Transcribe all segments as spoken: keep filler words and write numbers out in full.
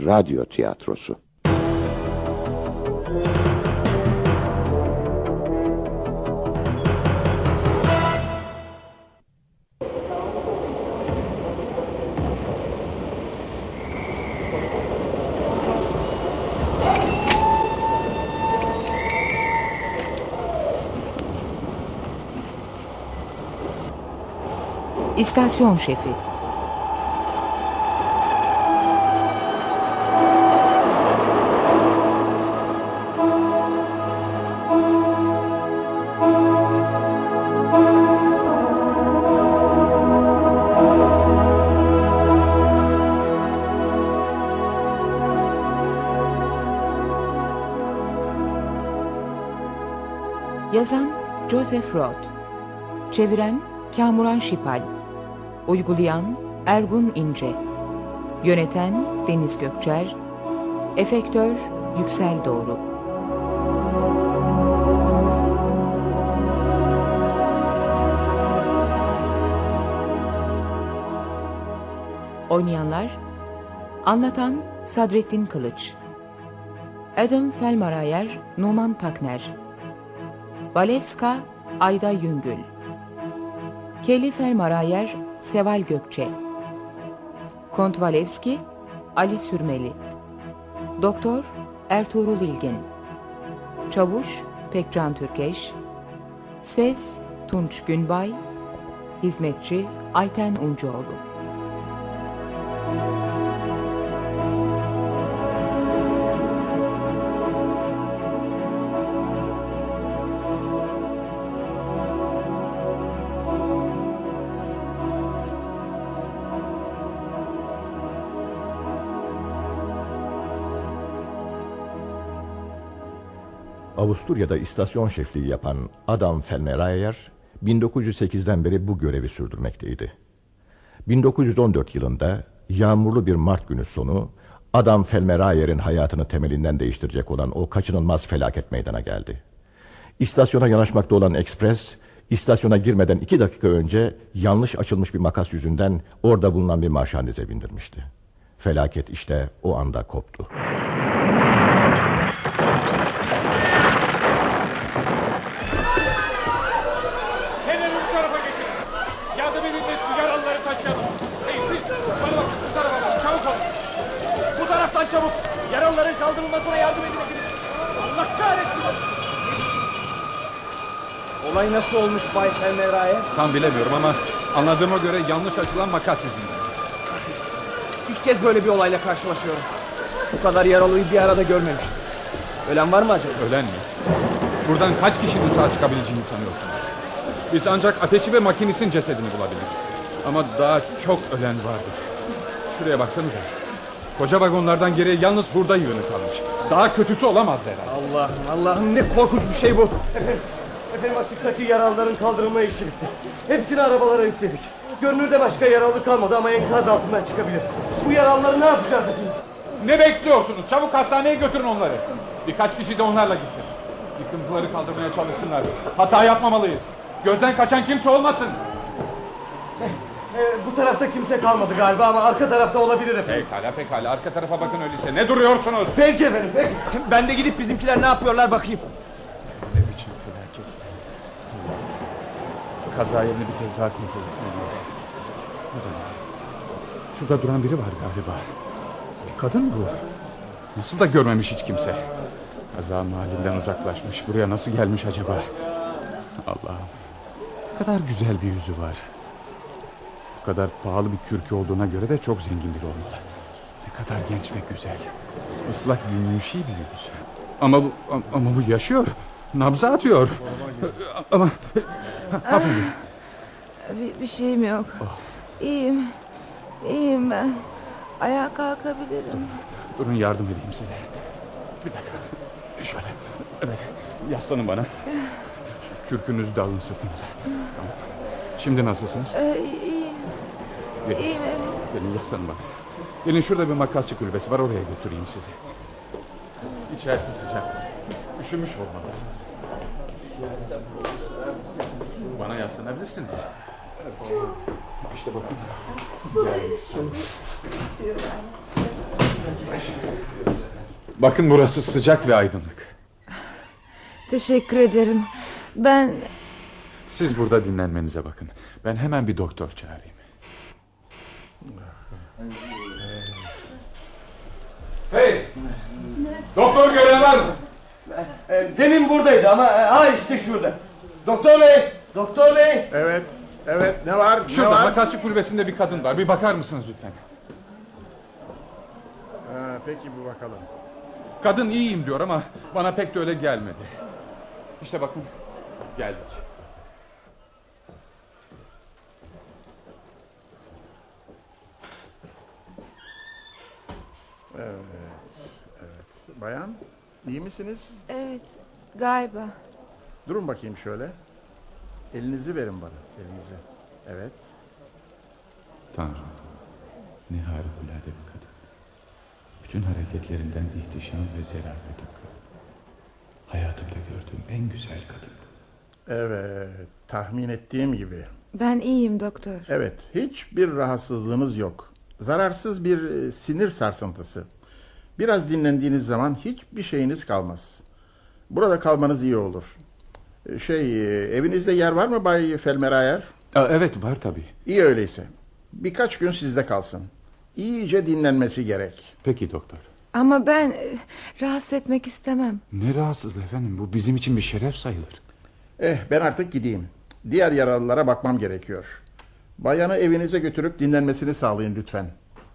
radyo tiyatrosu. İstasyon Şefi. Yazan Joseph Roth, çeviren Kamuran Şipal, uygulayan Ergun İnce, yöneten Deniz Gökçer, efektör Yüksel Doğru. Oynayanlar: anlatan Sadrettin Kılıç, Adam Felmarayer Numan Pakner, Valevska Ayda Yüngül, Kelly Felmarayer Seval Gökçe, Kont Valevski Ali Sürmeli, Doktor Ertuğrul İlgin, Çavuş Pekcan Türkeş, Ses Tunç Günbay, Hizmetçi Ayten Uncuoğlu. Avusturya'da istasyon şefliği yapan Adam Felmerayer bin dokuz yüz sekizden beri bu görevi sürdürmekteydi. bin dokuz yüz on dört yılında yağmurlu bir Mart günü sonu Adam Felmerayer'in hayatını temelinden değiştirecek olan o kaçınılmaz felaket meydana geldi. İstasyona yanaşmakta olan ekspres, istasyona girmeden iki dakika önce yanlış açılmış bir makas yüzünden orada bulunan bir marşandize bindirmişti. Felaket işte o anda koptu. Çabuk! Yaralıların kaldırılmasına yardım edin. Allah kahretsin! Olay nasıl olmuş Bay Felmerayer? Tam bilemiyorum ama anladığıma göre yanlış açılan makas yüzünden. İlk kez böyle bir olayla karşılaşıyorum. Bu kadar yaralıyı bir arada görmemiştim. Ölen var mı acaba? Ölen mi? Buradan kaç kişinin sağ çıkabileceğini sanıyorsunuz? Biz ancak ateşi ve makinistin cesedini bulabilir. Ama daha çok ölen vardır. Şuraya baksanıza. Koca vagonlardan geriye yalnız hurda yığını kalmış. Daha kötüsü olamaz herhalde. Allah'ım Allah'ım ne korkunç bir şey bu. Efendim, efendim açıktaki yaralıların kaldırılma işi bitti. Hepsini arabalara yükledik. Görünürde başka yaralı kalmadı ama enkaz altından çıkabilir. Bu yaralıları ne yapacağız efendim? Ne bekliyorsunuz? Çabuk hastaneye götürün onları. Birkaç kişi de onlarla gitsin. Yıkıntıları kaldırmaya çalışsınlar. Hata yapmamalıyız. Gözden kaçan kimse olmasın. Ee, bu tarafta kimse kalmadı galiba ama arka tarafta olabilir efendim. Pekala pekala arka tarafa bakın öyleyse. Ne duruyorsunuz? Peki efendim peki. Ben de gidip bizimkiler ne yapıyorlar bakayım. Ne biçim felaket. Kaza yerini bir kez daha kontrol etmeliyim. Şurada duran biri var galiba. Bir kadın bu. Nasıl da görmemiş hiç kimse. Kaza mahallinden uzaklaşmış. Buraya nasıl gelmiş acaba? Allah'ım. Ne kadar güzel bir yüzü var. Bu kadar pahalı bir kürkü olduğuna göre de çok zengin biri olmalı. Ne kadar genç ve güzel. Islak gümüşi bir yüz. Ama bu, ama bu yaşıyor. Nabza atıyor. Ama hanımefendi. Bir, bir şeyim yok. Oh. İyiyim. İyiyim ben. Ayağa kalkabilirim. Durun yardım edeyim size. Bir dakika. Şöyle. Evet. Yaslanın bana. Şu kürkünüzü de alın sırtınıza. Tamam. Şimdi nasılsınız? Ee, iyiyim. Gelin. İyiyim evet. Gelin yaslanın bana. Gelin şurada bir makasçı kulübesi var, oraya götüreyim sizi. İçerisi sıcaktır. Üşümüş olmalısınız. Bana yaslanabilirsiniz. İşte bakın. Bakın burası sıcak ve aydınlık. Teşekkür ederim. Ben... Siz burada dinlenmenize bakın. Ben hemen bir doktor çağırayım. Hey! Doktor gören var mı? E, demin buradaydı ama e, ha işte şurada. Doktor bey, doktor bey. Evet, evet ne var? Şurada ne var? makasçı kulübesinde bir kadın var. Bir bakar mısınız lütfen? Ha, peki bir bakalım. Kadın iyiyim diyor ama bana pek de öyle gelmedi. İşte bakın, geldik. Evet, evet. Bayan, iyi misiniz? Evet, galiba. Durun bakayım şöyle. Elinizi verin bana, elinizi. Evet. Tanrım, ne harikulade bir kadın. Bütün hareketlerinden ihtişam ve zerafet akıyor. Hayatımda gördüğüm en güzel kadın. Evet, tahmin ettiğim gibi. Ben iyiyim doktor. Evet, hiçbir rahatsızlığınız yok. Zararsız bir e, sinir sarsıntısı. Biraz dinlendiğiniz zaman hiçbir şeyiniz kalmaz. Burada kalmanız iyi olur. E, Şey, e, evinizde yer var mı Bay Felmerayer? Aa, evet var tabii. İyi öyleyse. Birkaç gün sizde kalsın. İyice dinlenmesi gerek. Peki doktor. Ama ben e, rahatsız etmek istemem. Ne rahatsızlığı efendim, bu bizim için bir şeref sayılır. Eh, ben artık gideyim. Diğer yaralılara bakmam gerekiyor. Bayanı evinize götürüp dinlenmesini sağlayın lütfen.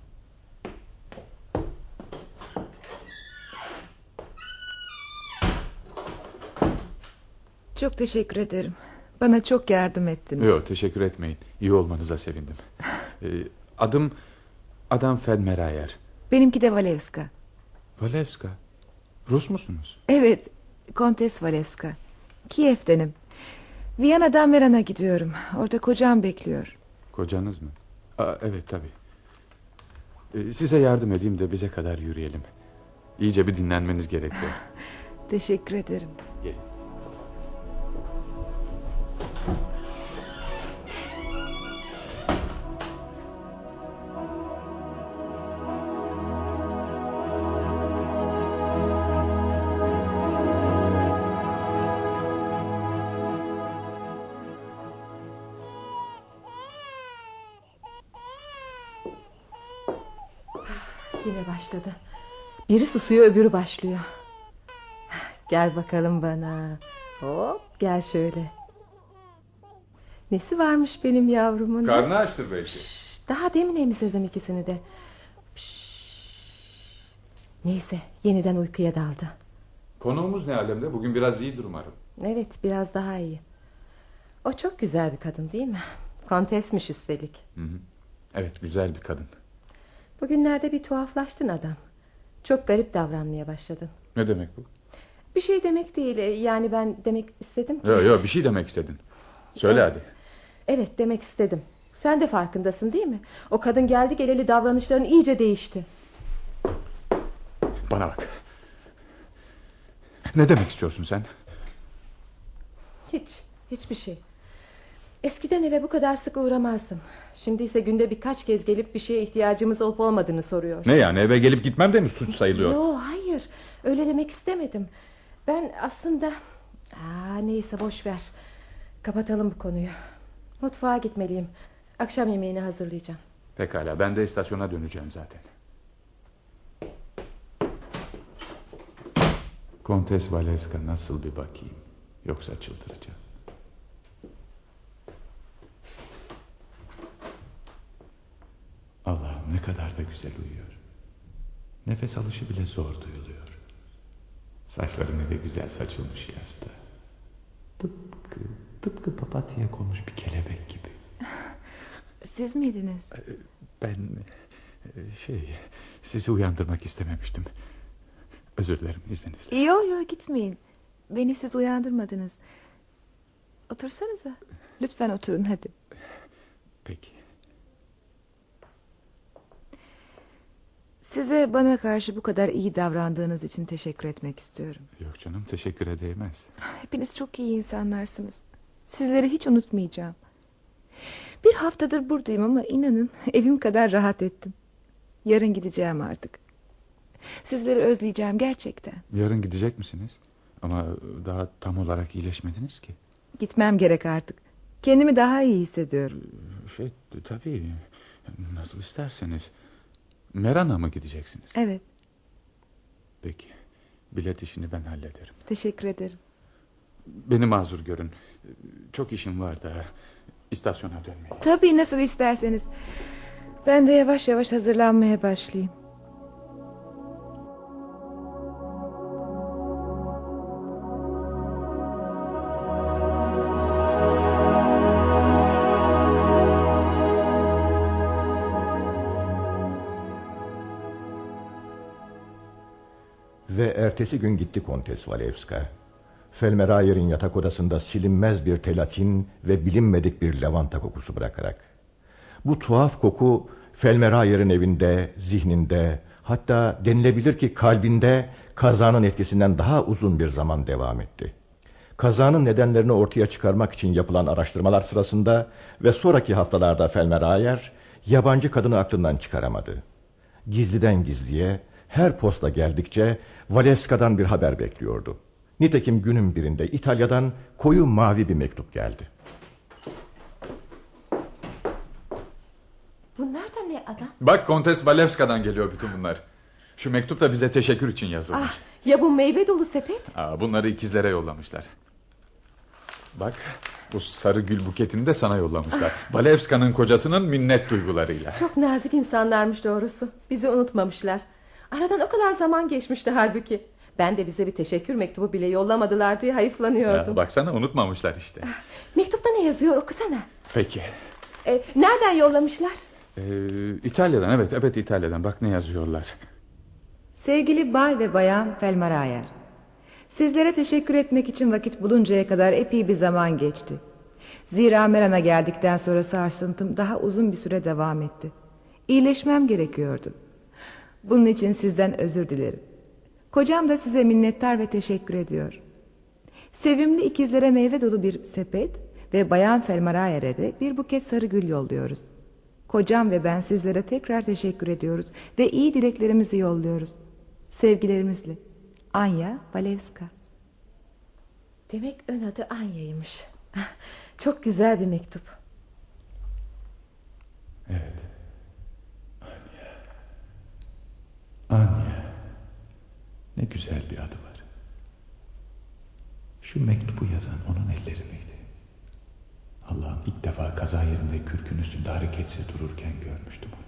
Çok teşekkür ederim. Bana çok yardım ettiniz. Yok, teşekkür etmeyin. İyi olmanıza sevindim. Ee, adım Adam Felmerayer. Benimki de Walewska. Walewska. Rus musunuz? Evet, Kontes Walewska. Kiev'denim. Viyana'dan Meran'a gidiyorum. Orada kocam bekliyor. Kocanız mı? Aa, evet tabii. Ee, size yardım edeyim de bize kadar yürüyelim. İyice bir dinlenmeniz gerekiyor. Teşekkür ederim. Gelin. Yine başladı. Biri susuyor, öbürü başlıyor. Gel bakalım bana. Hop, gel şöyle. Nesi varmış benim yavrumun? Karnı açtır belki. Şş, daha demin emzirdim ikisini de. Şş. Neyse, yeniden uykuya daldı. Konuğumuz ne alemde? Bugün biraz iyidir umarım. Evet, biraz daha iyi. O çok güzel bir kadın değil mi? Kontesmiş üstelik. Hı hı. Evet, güzel bir kadın. Bugünlerde bir tuhaflaştın adam. Çok garip davranmaya başladın. Ne demek bu? Bir şey demek değil. Yani ben demek istedim ki... Yok yok, bir şey demek istedin. Söyle evet. hadi. Evet, demek istedim. Sen de farkındasın değil mi? O kadın geldi geleli davranışların iyice değişti. Bana bak. Ne demek istiyorsun sen? Hiç, hiçbir şey. Eskiden eve bu kadar sık uğramazdın. Şimdi ise günde birkaç kez gelip bir şeye ihtiyacımız olup olmadığını soruyor. Ne yani, eve gelip gitmem de mi suç sayılıyor? Yo, hayır, öyle demek istemedim. Ben aslında... Aa, neyse boş ver. Kapatalım bu konuyu. Mutfağa gitmeliyim. Akşam yemeğini hazırlayacağım. Pekala, ben de istasyona döneceğim zaten. Kontes Walewska nasıl bir bakayım? Yoksa çıldıracağım. Allah'ım, ne kadar da güzel uyuyor. Nefes alışı bile zor duyuluyor. Saçları ne de güzel saçılmış yastığa. Tıpkı, tıpkı papatyaya konmuş bir kelebek gibi. Siz miydiniz? Ben şey, sizi uyandırmak istememiştim. Özür dilerim, izninizle. Yok yok, gitmeyin. Beni siz uyandırmadınız. Otursanıza. Lütfen oturun hadi. Peki. Size bana karşı bu kadar iyi davrandığınız için teşekkür etmek istiyorum. Yok canım, teşekküre değmez. Hepiniz çok iyi insanlarsınız. Sizleri hiç unutmayacağım. Bir haftadır buradayım ama inanın evim kadar rahat ettim. Yarın gideceğim artık. Sizleri özleyeceğim gerçekten. Yarın gidecek misiniz? Ama daha tam olarak iyileşmediniz ki. Gitmem gerek artık. Kendimi daha iyi hissediyorum. Şey tabii, nasıl isterseniz. Meran'a mı gideceksiniz? Evet. Peki, bilet işini ben hallederim. Teşekkür ederim. Beni mazur görün. Çok işim var da istasyona dönmeye. Tabii, nasıl isterseniz. Ben de yavaş yavaş hazırlanmaya başlayayım. Ve ertesi gün gitti Kontes Walewska. Felmerayer'in yatak odasında silinmez bir telatin ve bilinmedik bir lavanta kokusu bırakarak. Bu tuhaf koku Felmerayer'in evinde, zihninde, hatta denilebilir ki kalbinde kazanın etkisinden daha uzun bir zaman devam etti. Kazanın nedenlerini ortaya çıkarmak için yapılan araştırmalar sırasında ve sonraki haftalarda Felmerayer yabancı kadını aklından çıkaramadı. Gizliden gizliye, her posta geldikçe Walewska'dan bir haber bekliyordu. Nitekim günün birinde İtalya'dan koyu mavi bir mektup geldi. Bunlar da ne adam? Bak, Kontes Walewska'dan geliyor bütün bunlar. Şu mektup da bize teşekkür için yazılmış. Ah, ya bu meyve dolu sepet? Aa, bunları ikizlere yollamışlar. Bak, bu sarı gül buketini de sana yollamışlar. Ah. Walewska'nın kocasının minnet duygularıyla. Çok nazik insanlarmış doğrusu. Bizi unutmamışlar. Aradan o kadar zaman geçmişti halbuki. Ben de bize bir teşekkür mektubu bile yollamadılar diye hayıflanıyordum. Ya, baksana, unutmamışlar işte. Mektupta ne yazıyor, okusana. Peki. Ee, nereden yollamışlar? Ee, İtalya'dan, evet evet İtalya'dan. Bak ne yazıyorlar. Sevgili Bay ve Bayan Felmerayer, sizlere teşekkür etmek için vakit buluncaya kadar epey bir zaman geçti. Zira Meran'a geldikten sonra sarsıntım daha uzun bir süre devam etti. İyileşmem gerekiyordu. Bunun için sizden özür dilerim. Kocam da size minnettar ve teşekkür ediyor. Sevimli ikizlere meyve dolu bir sepet ve Bayan Felmerayer'e de bir buket sarı gül yolluyoruz. Kocam ve ben sizlere tekrar teşekkür ediyoruz ve iyi dileklerimizi yolluyoruz. Sevgilerimizle. Anya Walewska. Demek ön adı Anya'ymış. Çok güzel bir mektup. Evet. Anya. Anya. Ne güzel bir adı var. Şu mektubu yazan onun elleri miydi? Allah'ım, ilk defa kaza yerinde kürkün üstünde hareketsiz dururken görmüştüm onu.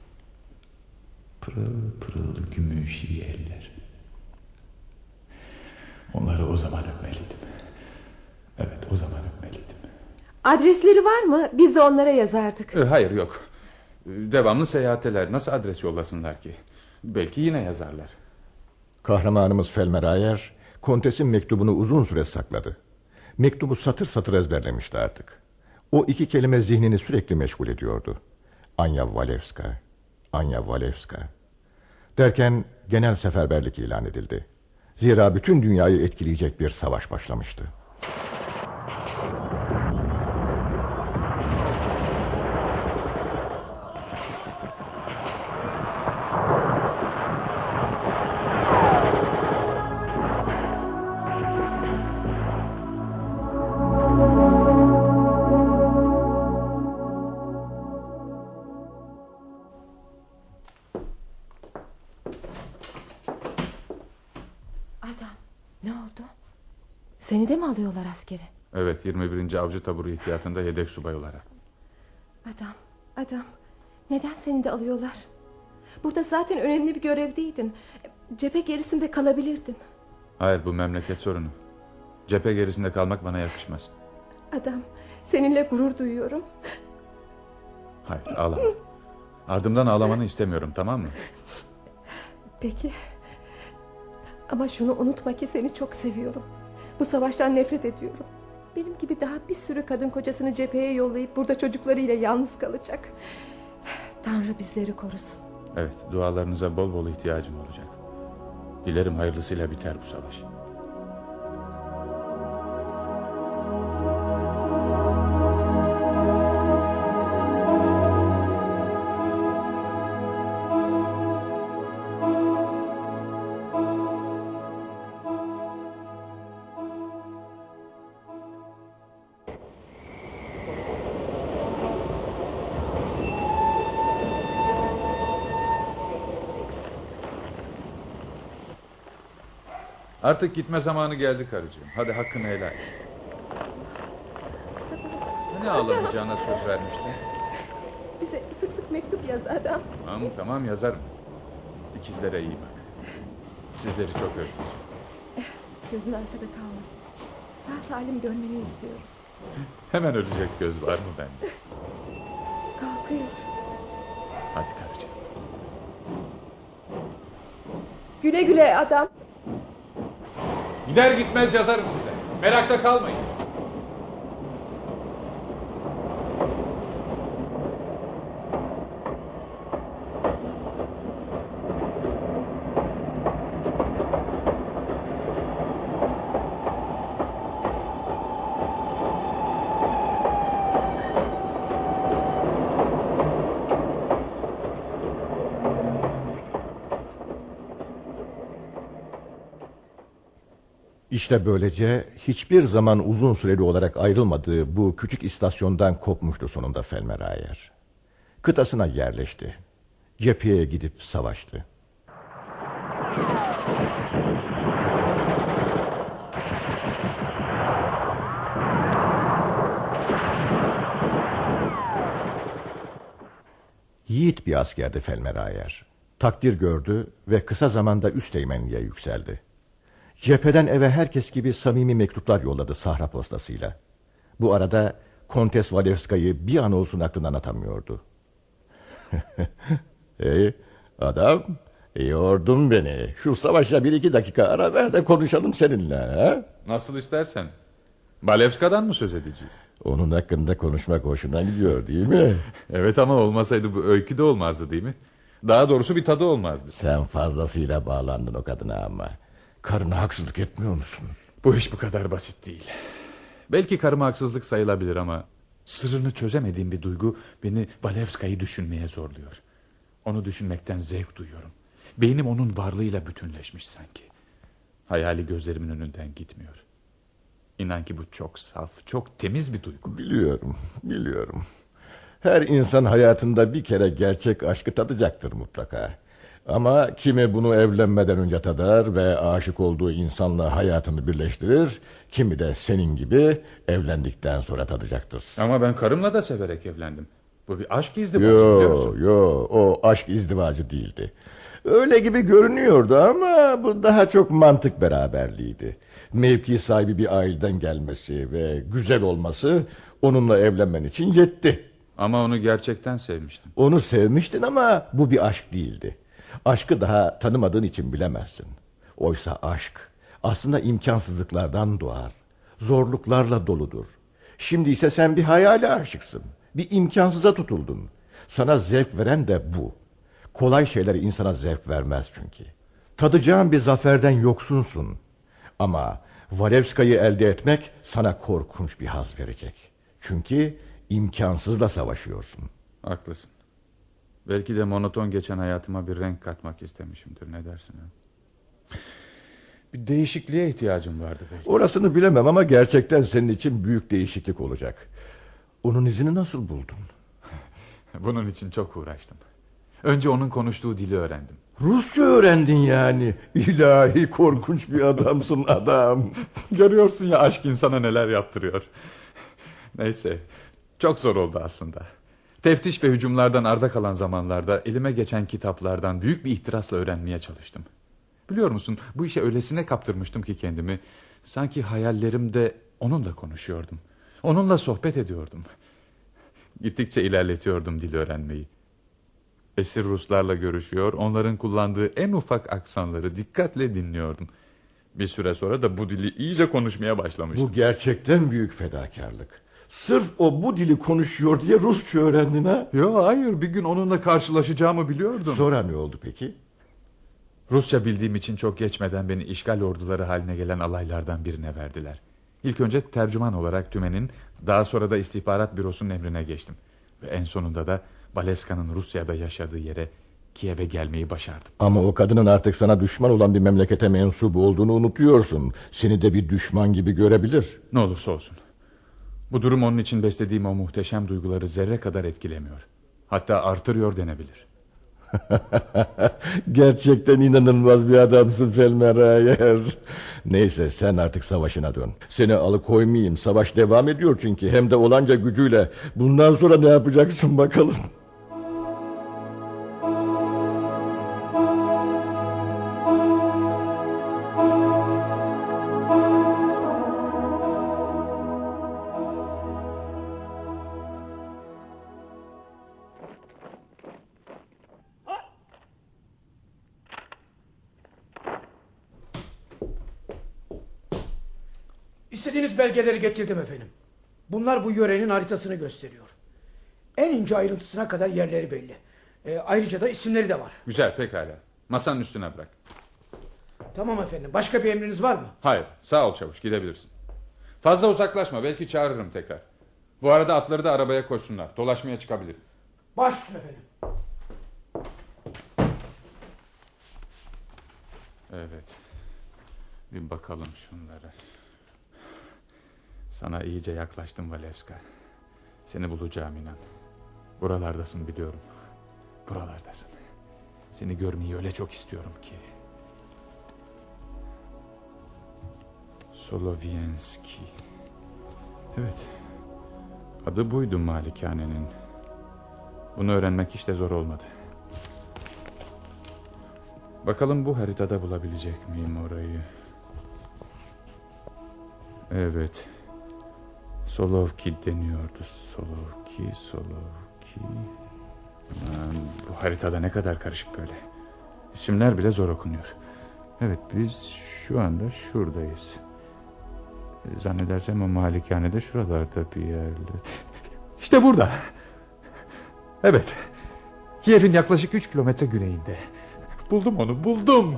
Pırıl pırıl gümüşi eller. Onları o zaman öpmeliydim. Evet, o zaman öpmeliydim. Adresleri var mı? Biz de onlara yazardık. Hayır, yok. Devamlı seyahatteler. Nasıl adres yollasınlar ki? Belki yine yazarlar. Kahramanımız Felmerayer, Kontes'in mektubunu uzun süre sakladı. Mektubu satır satır ezberlemişti artık. O iki kelime zihnini sürekli meşgul ediyordu. Anya Walewska, Anya Walewska. Derken genel seferberlik ilan edildi. Zira bütün dünyayı etkileyecek bir savaş başlamıştı. Seni de mi alıyorlar askere? Evet, yirmi birinci Avcı Taburu ihtiyatında yedek subay olarak. Adam, adam, neden seni de alıyorlar? Burada zaten önemli bir görevdeydin. Cephe gerisinde kalabilirdin. Hayır, bu memleket sorunu. Cephe gerisinde kalmak bana yakışmaz. Adam, seninle gurur duyuyorum. Hayır, ağlama. Ardımdan ağlamanı istemiyorum, tamam mı? Peki. Ama şunu unutma ki seni çok seviyorum. Bu savaştan nefret ediyorum. Benim gibi daha bir sürü kadın kocasını cepheye yollayıp burada çocuklarıyla yalnız kalacak. Tanrı bizleri korusun. Evet, dualarınıza bol bol ihtiyacım olacak. Dilerim hayırlısıyla biter bu savaş. Artık gitme zamanı geldi karıcığım. Hadi hakkını helal et. Ne ağlamayacağına söz vermiştin? Bize sık sık mektup yaz adam. Tamam tamam yazarım. İkizlere iyi bak. Sizleri çok özleyeceğim. Gözün arkada kalmasın. Sağ salim dönmeni istiyoruz. Hemen ölecek göz var mı bende? Kalkıyor. Hadi karıcığım. Güle güle adam. Gider gitmez yazarım size. Merakta kalmayın. İşte böylece hiçbir zaman uzun süreli olarak ayrılmadığı bu küçük istasyondan kopmuştu sonunda Felmerayer. Kıtasına yerleşti. Cepheye gidip savaştı. Yiğit bir askerdi Felmerayer. Takdir gördü ve kısa zamanda üsteğmenliğe yükseldi. Cepheden eve herkes gibi samimi mektuplar yolladı Sahra postasıyla. Bu arada Kontes Walewska'yı bir an olsun aklından atamıyordu. Hey adam, yordun beni. Şu savaşa bir iki dakika ara ver de konuşalım seninle. Ha? Nasıl istersen. Walewska'dan mı söz edeceğiz? Onun hakkında konuşmak hoşuna gidiyor değil mi? Evet ama olmasaydı bu öykü de olmazdı değil mi? Daha doğrusu bir tadı olmazdı. Sen fazlasıyla bağlandın o kadına ama. Karına haksızlık etmiyor musun? Bu iş bu kadar basit değil. Belki karıma haksızlık sayılabilir ama sırrını çözemediğim bir duygu beni Walewska'yı düşünmeye zorluyor. Onu düşünmekten zevk duyuyorum. Beynim onun varlığıyla bütünleşmiş sanki. Hayali gözlerimin önünden gitmiyor. İnan ki bu çok saf, çok temiz bir duygu. Biliyorum, biliyorum. Her insan hayatında bir kere gerçek aşkı tadacaktır mutlaka. Ama kimi bunu evlenmeden önce tadar ve aşık olduğu insanla hayatını birleştirir. Kimi de senin gibi evlendikten sonra tadacaktır. Ama ben karımla da severek evlendim. Bu bir aşk izdivacı biliyor musun? Yo, yo, o aşk izdivacı değildi. Öyle gibi görünüyordu ama bu daha çok mantık beraberliğiydi. Mevki sahibi bir aileden gelmesi ve güzel olması onunla evlenmen için yetti. Ama onu gerçekten sevmiştim. Onu sevmiştin ama bu bir aşk değildi. Aşkı daha tanımadığın için bilemezsin. Oysa aşk aslında imkansızlıklardan doğar. Zorluklarla doludur. Şimdi ise sen bir hayale aşıksın. Bir imkansıza tutuldun. Sana zevk veren de bu. Kolay şeyler insana zevk vermez çünkü. Tadacağın bir zaferden yoksunsun. Ama Walewska'yı elde etmek sana korkunç bir haz verecek. Çünkü imkansızla savaşıyorsun. Haklısın. Belki de monoton geçen hayatıma bir renk katmak istemişimdir. Ne dersin? Ha? Bir değişikliğe ihtiyacım vardı belki. Orasını bilemem ama gerçekten senin için büyük değişiklik olacak. Onun izini nasıl buldun? Bunun için çok uğraştım. Önce onun konuştuğu dili öğrendim. Rusça öğrendin yani. İlahi korkunç bir adamsın adam. Görüyorsun ya aşk insana neler yaptırıyor. Neyse, çok zor oldu aslında. Teftiş ve hücumlardan arda kalan zamanlarda elime geçen kitaplardan büyük bir ihtirasla öğrenmeye çalıştım. Biliyor musun, bu işe öylesine kaptırmıştım ki kendimi. Sanki hayallerimde onunla konuşuyordum. Onunla sohbet ediyordum. Gittikçe ilerletiyordum dil öğrenmeyi. Esir Ruslarla görüşüyor, onların kullandığı en ufak aksanları dikkatle dinliyordum. Bir süre sonra da bu dili iyice konuşmaya başlamıştım. Bu gerçekten büyük fedakarlık. Sırf o bu dili konuşuyor diye Rusça öğrendin ha? Yo, hayır, bir gün onunla karşılaşacağımı biliyordum. Sonra ne oldu peki? Rusça bildiğim için çok geçmeden beni işgal orduları haline gelen alaylardan birine verdiler. İlk önce tercüman olarak Tümen'in, daha sonra da istihbarat bürosunun emrine geçtim. Ve en sonunda da Walewska'nın Rusya'da yaşadığı yere, Kiev'e gelmeyi başardım. Ama o kadının artık sana düşman olan bir memlekete mensup olduğunu unutuyorsun. Seni de bir düşman gibi görebilir. Ne olursa olsun. Bu durum onun için beslediğim o muhteşem duyguları zerre kadar etkilemiyor. Hatta artırıyor denebilir. Gerçekten inanılmaz bir adamsın Felmerayer. Neyse, sen artık savaşına dön. Seni alıkoymayayım. Savaş devam ediyor çünkü. Hem de olanca gücüyle. Bundan sonra ne yapacaksın bakalım. İstediğiniz belgeleri getirdim efendim. Bunlar bu yörenin haritasını gösteriyor. En ince ayrıntısına kadar yerleri belli. E, ayrıca da isimleri de var. Güzel, pekala. Masanın üstüne bırak. Tamam efendim. Başka bir emriniz var mı? Hayır, sağ ol çavuş, gidebilirsin. Fazla uzaklaşma, belki çağırırım tekrar. Bu arada atları da arabaya koysunlar. Dolaşmaya çıkabilirim. Baş üstüne efendim. Evet. Bir bakalım şunlara. Sana iyice yaklaştım Walewska. Seni bulacağım, inan. Buralardasın, biliyorum. Buralardasın. Seni görmeyi öyle çok istiyorum ki. Solovienski. Evet. Adı buydu malikanenin. Bunu öğrenmek hiç de zor olmadı. Bakalım bu haritada bulabilecek miyim orayı? Evet. Solovki deniyordu. Solovki, Solovki. Aman, bu haritada ne kadar karışık böyle. İsimler bile zor okunuyor. Evet, biz şu anda şuradayız. Zannedersem o malikane de şuralarda bir yerde. İşte burada. Evet. Kiev'in yaklaşık üç kilometre güneyinde. Buldum onu, buldum.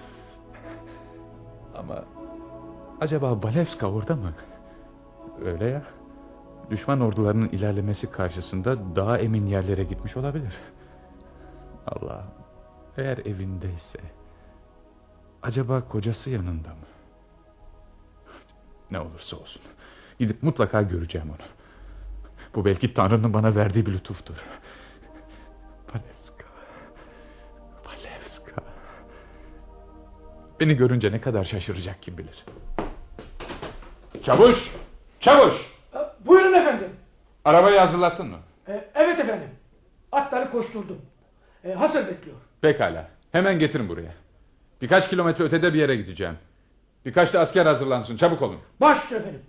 Ama acaba Walewska orada mı? Öyle ya. Düşman ordularının ilerlemesi karşısında daha emin yerlere gitmiş olabilir. Allah'ım, eğer evindeyse, acaba kocası yanında mı? Ne olursa olsun, gidip mutlaka göreceğim onu. Bu belki Tanrı'nın bana verdiği bir lütuftur. Walewska, Walewska. Beni görünce ne kadar şaşıracak kim bilir. Çavuş! Çavuş! E, buyurun efendim. Arabayı hazırlattın mı? E, evet efendim. Atları koşturdum. E, hazır bekliyor. Pekala. Hemen getirin buraya. Birkaç kilometre ötede bir yere gideceğim. Birkaç da asker hazırlansın. Çabuk olun. Baş üstüne efendim.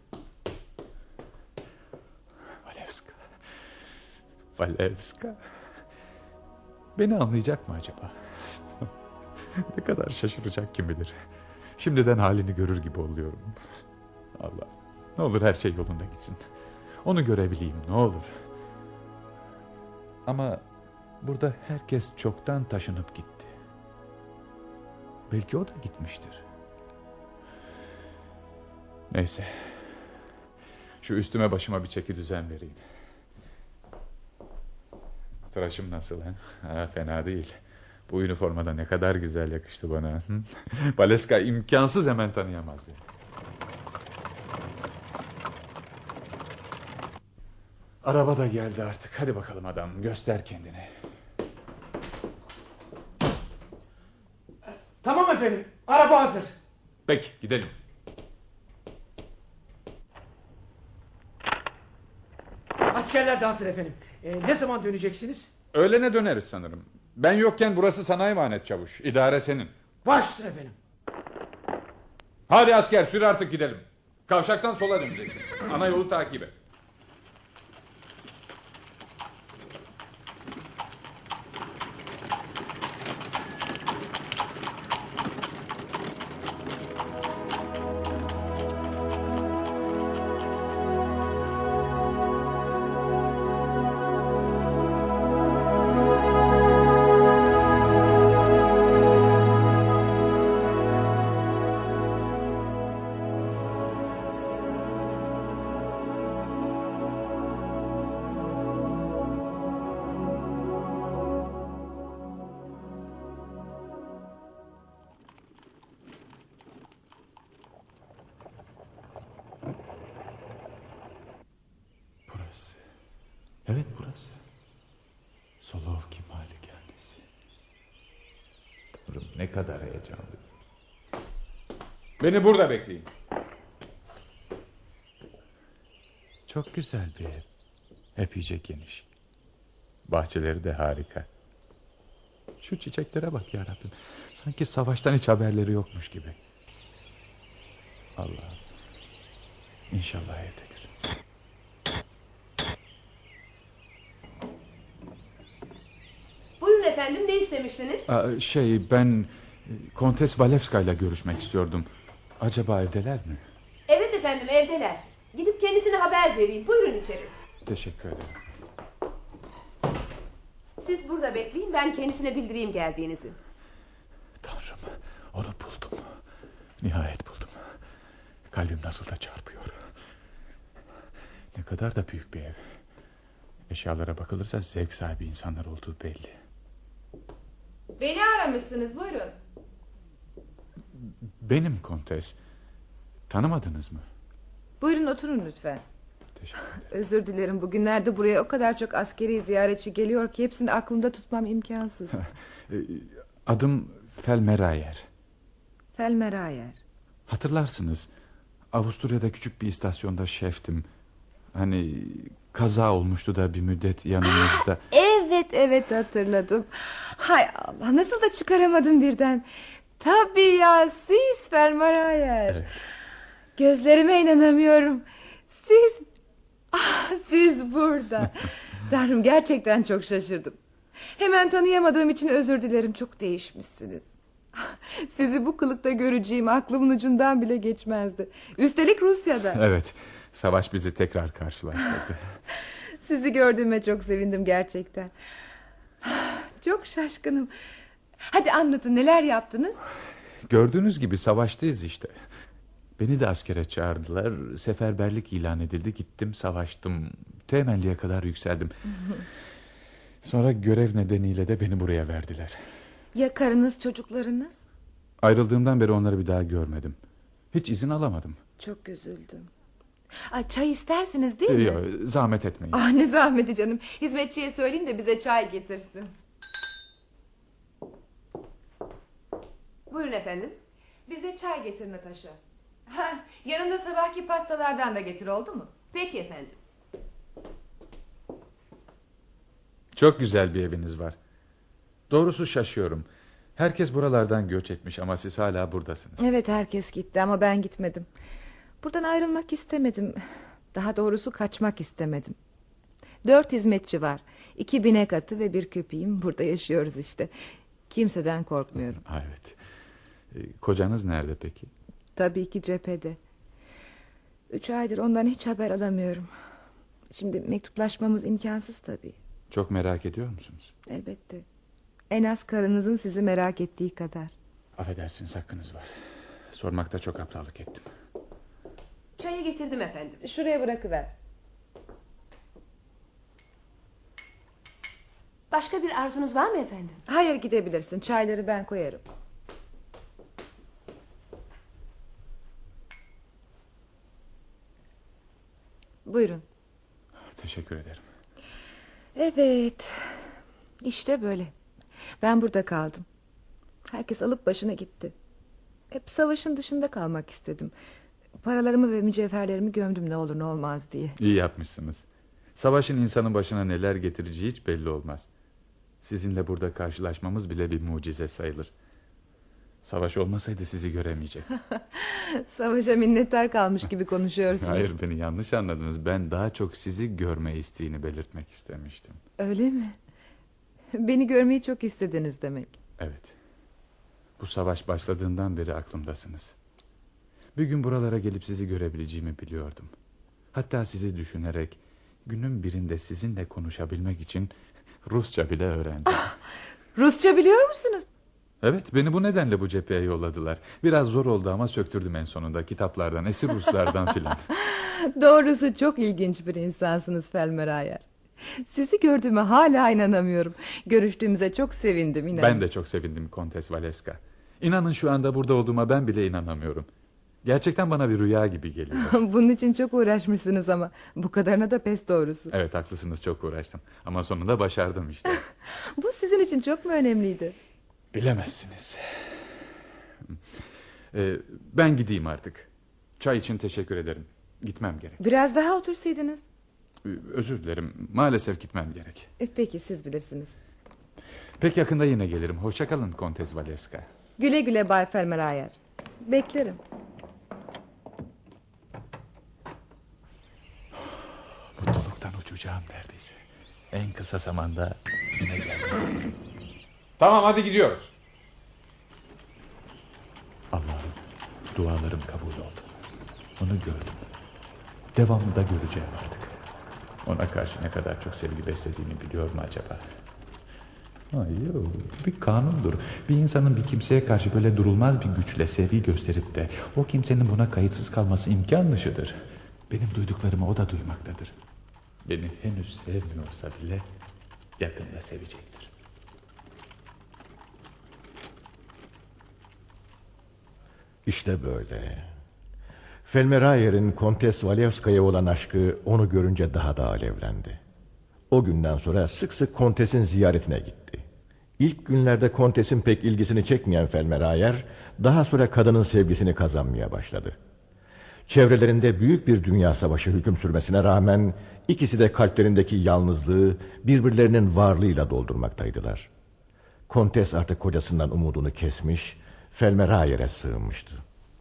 Walewska. Walewska. Beni anlayacak mı acaba? Ne kadar şaşıracak kim bilir. Şimdiden halini görür gibi oluyorum. Allah. Ne olur her şey yolunda gitsin. Onu görebileyim, ne olur. Ama burada herkes çoktan taşınıp gitti. Belki o da gitmiştir. Neyse. Şu üstüme başıma bir çeki düzen vereyim. Tıraşım nasıl ha? Ha, fena değil. Bu üniformada ne kadar güzel yakıştı bana. Walewska imkansız hemen tanıyamaz beni. Araba da geldi artık. Hadi bakalım adam, göster kendini. Tamam efendim. Araba hazır. Peki, gidelim. Askerler de hazır efendim. E, ne zaman döneceksiniz? Öğlene döneriz sanırım. Ben yokken burası sana emanet çavuş. İdare senin. Baş üstüne efendim. Hadi asker, sür artık, gidelim. Kavşaktan sola döneceksin. Ana yolu takip et. Burası. Evet, burası. Solovki malikanesi. Tanrım, ne kadar heyecanlı. Beni burada bekleyin. Çok güzel bir ev. Epeyce geniş. Bahçeleri de harika. Şu çiçeklere bak yarabbim. Sanki savaştan hiç haberleri yokmuş gibi. Allah'ım. İnşallah evdedir. Buyurun efendim, ne istemiştiniz? Aa, şey ben Kontes Walewska ile görüşmek istiyordum. Acaba evdeler mi? Evet efendim, evdeler. Gidip kendisine haber vereyim. Buyurun içeri. Teşekkür ederim. Siz burada bekleyin, ben kendisine bildireyim geldiğinizi. Tanrım, onu buldum. Nihayet buldum. Kalbim nasıl da çarpıyor. Ne kadar da büyük bir ev. Eşyalara bakılırsa zevk sahibi insanlar olduğu belli. Beni aramışsınız, buyurun. Benim Kontes. Tanımadınız mı? Buyurun oturun lütfen. Teşekkür ederim. Özür dilerim, bugünlerde buraya o kadar çok askeri ziyaretçi geliyor ki hepsini aklımda tutmam imkansız. Adım Felmerayer. Felmerayer. Hatırlarsınız, Avusturya'da küçük bir istasyonda şeftim. Hani kaza olmuştu da bir müddet yanımızda. Evet evet hatırladım. Hay Allah, nasıl da çıkaramadım birden. Tabii ya, siz Felmerayer. Evet. Gözlerime inanamıyorum. Siz, ah, siz burada. Tanrım, gerçekten çok şaşırdım. Hemen tanıyamadığım için özür dilerim, çok değişmişsiniz. Sizi bu kılıkta göreceğim aklımın ucundan bile geçmezdi. Üstelik Rusya'da. Evet, savaş bizi tekrar karşılaştırdı. Sizi gördüğüme çok sevindim gerçekten. Çok şaşkınım. Hadi anlatın, neler yaptınız? Gördüğünüz gibi savaştayız işte. Beni de askere çağırdılar. Seferberlik ilan edildi. Gittim, savaştım. Temelliye kadar yükseldim. Sonra görev nedeniyle de beni buraya verdiler. Ya karınız, çocuklarınız? Ayrıldığımdan beri onları bir daha görmedim. Hiç izin alamadım. Çok üzüldüm. Ay, çay istersiniz değil mi? Yok, zahmet etmeyin. Ah, ne zahmeti canım. Hizmetçiye söyleyeyim de bize çay getirsin. Buyurun efendim. Bize çay getir Natasha. Ha, yanında sabahki pastalardan da getir, oldu mu? Peki efendim. Çok güzel bir eviniz var. Doğrusu şaşıyorum. Herkes buralardan göç etmiş ama siz hala buradasınız. Evet, herkes gitti ama ben gitmedim. Buradan ayrılmak istemedim. Daha doğrusu kaçmak istemedim. Dört hizmetçi var. İki binek atı ve bir köpeğim. Burada yaşıyoruz işte. Kimseden korkmuyorum. Evet. Ee, kocanız nerede peki? Tabii ki cephede. Üç aydır ondan hiç haber alamıyorum. Şimdi mektuplaşmamız imkansız tabii. Çok merak ediyor musunuz? Elbette. En az karınızın sizi merak ettiği kadar. Affedersiniz, hakkınız var. Sormakta çok aptallık ettim. Çayı getirdim efendim. Şuraya bırakıver. Başka bir arzunuz var mı efendim? Hayır, gidebilirsin. Çayları ben koyarım. Buyurun. Teşekkür ederim. Evet. İşte böyle. Ben burada kaldım. Herkes alıp başına gitti. Hep savaşın dışında kalmak istedim. Paralarımı ve mücevherlerimi gömdüm, ne olur ne olmaz diye. İyi yapmışsınız. Savaşın insanın başına neler getireceği hiç belli olmaz. Sizinle burada karşılaşmamız bile bir mucize sayılır. Savaş olmasaydı sizi göremeyecektim. Savaşa minnettar kalmış gibi konuşuyorsunuz. Hayır, beni yanlış anladınız. Ben daha çok sizi görme isteğini belirtmek istemiştim. Öyle mi? Beni görmeyi çok istediniz demek. Evet. Bu savaş başladığından beri aklımdasınız. Bir gün buralara gelip sizi görebileceğimi biliyordum. Hatta sizi düşünerek günün birinde sizinle konuşabilmek için Rusça bile öğrendim. Ah, Rusça biliyor musunuz? Evet, beni bu nedenle bu cepheye yolladılar. Biraz zor oldu ama söktürdüm en sonunda, kitaplardan, esir Ruslardan filan. Doğrusu çok ilginç bir insansınız Felmerayer. Sizi gördüğüme hala inanamıyorum. Görüştüğümüze çok sevindim, inanın. Ben de çok sevindim Kontes Walewska. İnanın şu anda burada olduğuma ben bile inanamıyorum. Gerçekten bana bir rüya gibi geliyor. Bunun için çok uğraşmışsınız ama bu kadarına da pes doğrusu. Evet, haklısınız, çok uğraştım. Ama sonunda başardım işte. Bu sizin için çok mu önemliydi? Bilemezsiniz. Ee, ben gideyim artık. Çay için teşekkür ederim. Gitmem gerek. Biraz daha otursaydınız. Ee, özür dilerim. Maalesef gitmem gerek. E, peki siz bilirsiniz. Pek yakında yine gelirim. Hoşça kalın Kontes Walewska. Güle güle Bay Felmerayer. Beklerim. Mutluluktan uçacağım neredeyse. En kısa zamanda yine geleceğim. Tamam, hadi gidiyoruz. Allah'ım, dualarım kabul oldu. Onu gördüm. Devamlı da göreceğim artık. Ona karşı ne kadar çok sevgi beslediğini biliyor mu acaba? Hayır, bir kanundur. Bir insanın bir kimseye karşı böyle durulmaz bir güçle sevgi gösterip de o kimsenin buna kayıtsız kalması imkan dışıdır. Benim duyduklarımı o da duymaktadır. Beni henüz sevmiyorsa bile yakında sevecektir. İşte böyle. Felmerayer'in Kontes Walewska'ya olan aşkı onu görünce daha da alevlendi. O günden sonra sık sık Kontes'in ziyaretine gitti. İlk günlerde Kontes'in pek ilgisini çekmeyen Felmerayer, daha sonra kadının sevgisini kazanmaya başladı. Çevrelerinde büyük bir dünya savaşı hüküm sürmesine rağmen ikisi de kalplerindeki yalnızlığı birbirlerinin varlığıyla doldurmaktaydılar. Kontes artık kocasından umudunu kesmiş, Felmerayer'e sığınmıştı.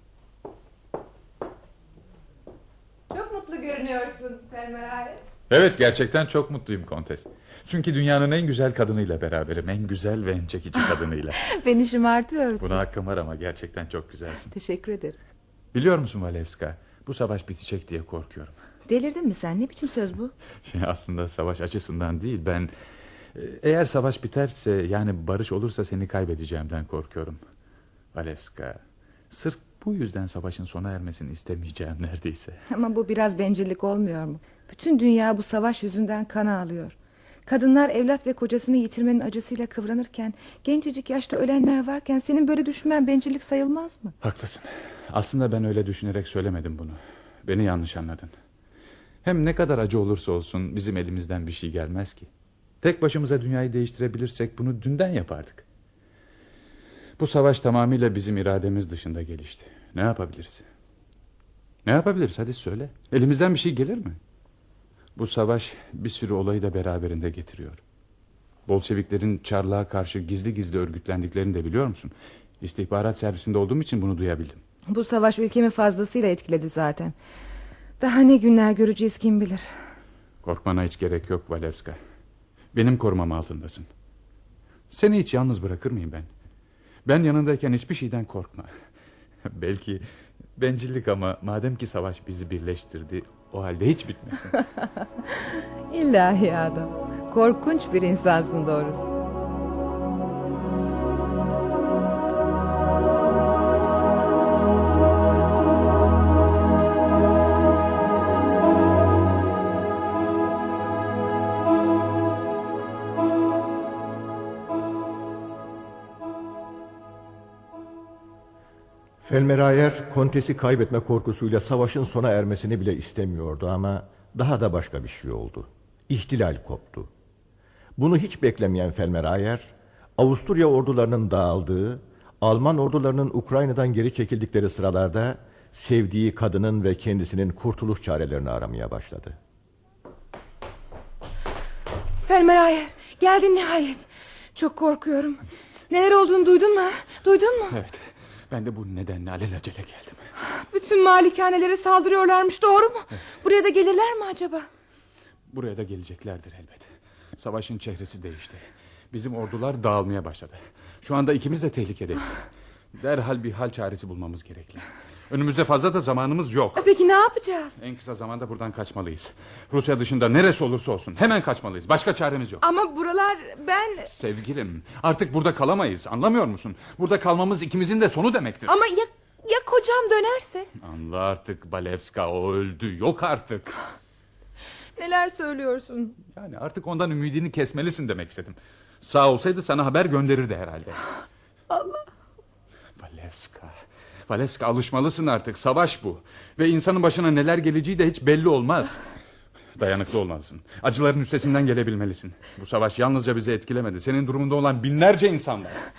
Çok mutlu görünüyorsun Felmerayer. Evet, gerçekten çok mutluyum Kontes. Çünkü dünyanın en güzel kadınıyla beraberim. En güzel ve en çekici kadınıyla. Beni şımartıyorsun. Buna hakkım var ama gerçekten çok güzelsin. Teşekkür ederim. Biliyor musun Walewska, bu savaş bitecek diye korkuyorum. Delirdin mi sen? Ne biçim söz bu? Şey, aslında savaş açısından değil, ben... Eğer savaş biterse, yani barış olursa seni kaybedeceğimden korkuyorum. Walewska, sırf bu yüzden savaşın sona ermesini istemeyeceğim neredeyse. Ama bu biraz bencillik olmuyor mu? Bütün dünya bu savaş yüzünden kan ağlıyor. Kadınlar evlat ve kocasını yitirmenin acısıyla kıvranırken, gencecik yaşta ölenler varken senin böyle düşünmen bencillik sayılmaz mı? Haklısın. Aslında ben öyle düşünerek söylemedim bunu. Beni yanlış anladın. Hem ne kadar acı olursa olsun bizim elimizden bir şey gelmez ki. Tek başımıza dünyayı değiştirebilirsek bunu dünden yapardık. Bu savaş tamamıyla bizim irademiz dışında gelişti. Ne yapabiliriz? Ne yapabiliriz? Hadi söyle. Elimizden bir şey gelir mi? Bu savaş bir sürü olayı da beraberinde getiriyor. Bolşeviklerin Çarlığa karşı gizli gizli örgütlendiklerini de biliyor musun? İstihbarat servisinde olduğum için bunu duyabildim. Bu savaş ülkemi fazlasıyla etkiledi zaten. Daha ne günler göreceğiz kim bilir. Korkmana hiç gerek yok Walewska. Benim korumam altındasın. Seni hiç yalnız bırakır mıyım ben? Ben yanındayken hiçbir şeyden korkma. Belki bencillik ama madem ki savaş bizi birleştirdi, o halde hiç bitmesin. İlahi adam. Korkunç bir insansın doğrusu. Felmerayer Kontes'i kaybetme korkusuyla savaşın sona ermesini bile istemiyordu ama daha da başka bir şey oldu. İhtilal koptu. Bunu hiç beklemeyen Felmerayer, Avusturya ordularının dağıldığı, Alman ordularının Ukrayna'dan geri çekildikleri sıralarda sevdiği kadının ve kendisinin kurtuluş çarelerini aramaya başladı. Felmerayer, geldin nihayet. Çok korkuyorum. Neler olduğunu duydun mu? Duydun mu? Evet. Ben de bu nedenle alelacele geldim. Bütün malikanelere saldırıyorlarmış, doğru mu? Evet. Buraya da gelirler mi acaba? Buraya da geleceklerdir elbet. Savaşın çehresi değişti. Bizim ordular dağılmaya başladı. Şu anda ikimiz de tehlikedeyiz. Derhal bir hal çaresi bulmamız gerekli. Önümüzde fazla da zamanımız yok. Peki ne yapacağız? En kısa zamanda buradan kaçmalıyız. Rusya dışında neresi olursa olsun hemen kaçmalıyız. Başka çaremiz yok. Ama buralar ben... Sevgilim, artık burada kalamayız, anlamıyor musun? Burada kalmamız ikimizin de sonu demektir. Ama ya, ya kocam dönerse? Anla artık Walewska, o öldü, yok artık. Neler söylüyorsun? Yani artık ondan ümidini kesmelisin demek istedim. Sağ olsaydı sana haber gönderirdi herhalde. Allah. Walewska, Walewska, alışmalısın artık. Savaş bu. Ve insanın başına neler geleceği de hiç belli olmaz. Dayanıklı olmalısın. Acıların üstesinden gelebilmelisin. Bu savaş yalnızca bizi etkilemedi. Senin durumunda olan binlerce insan var.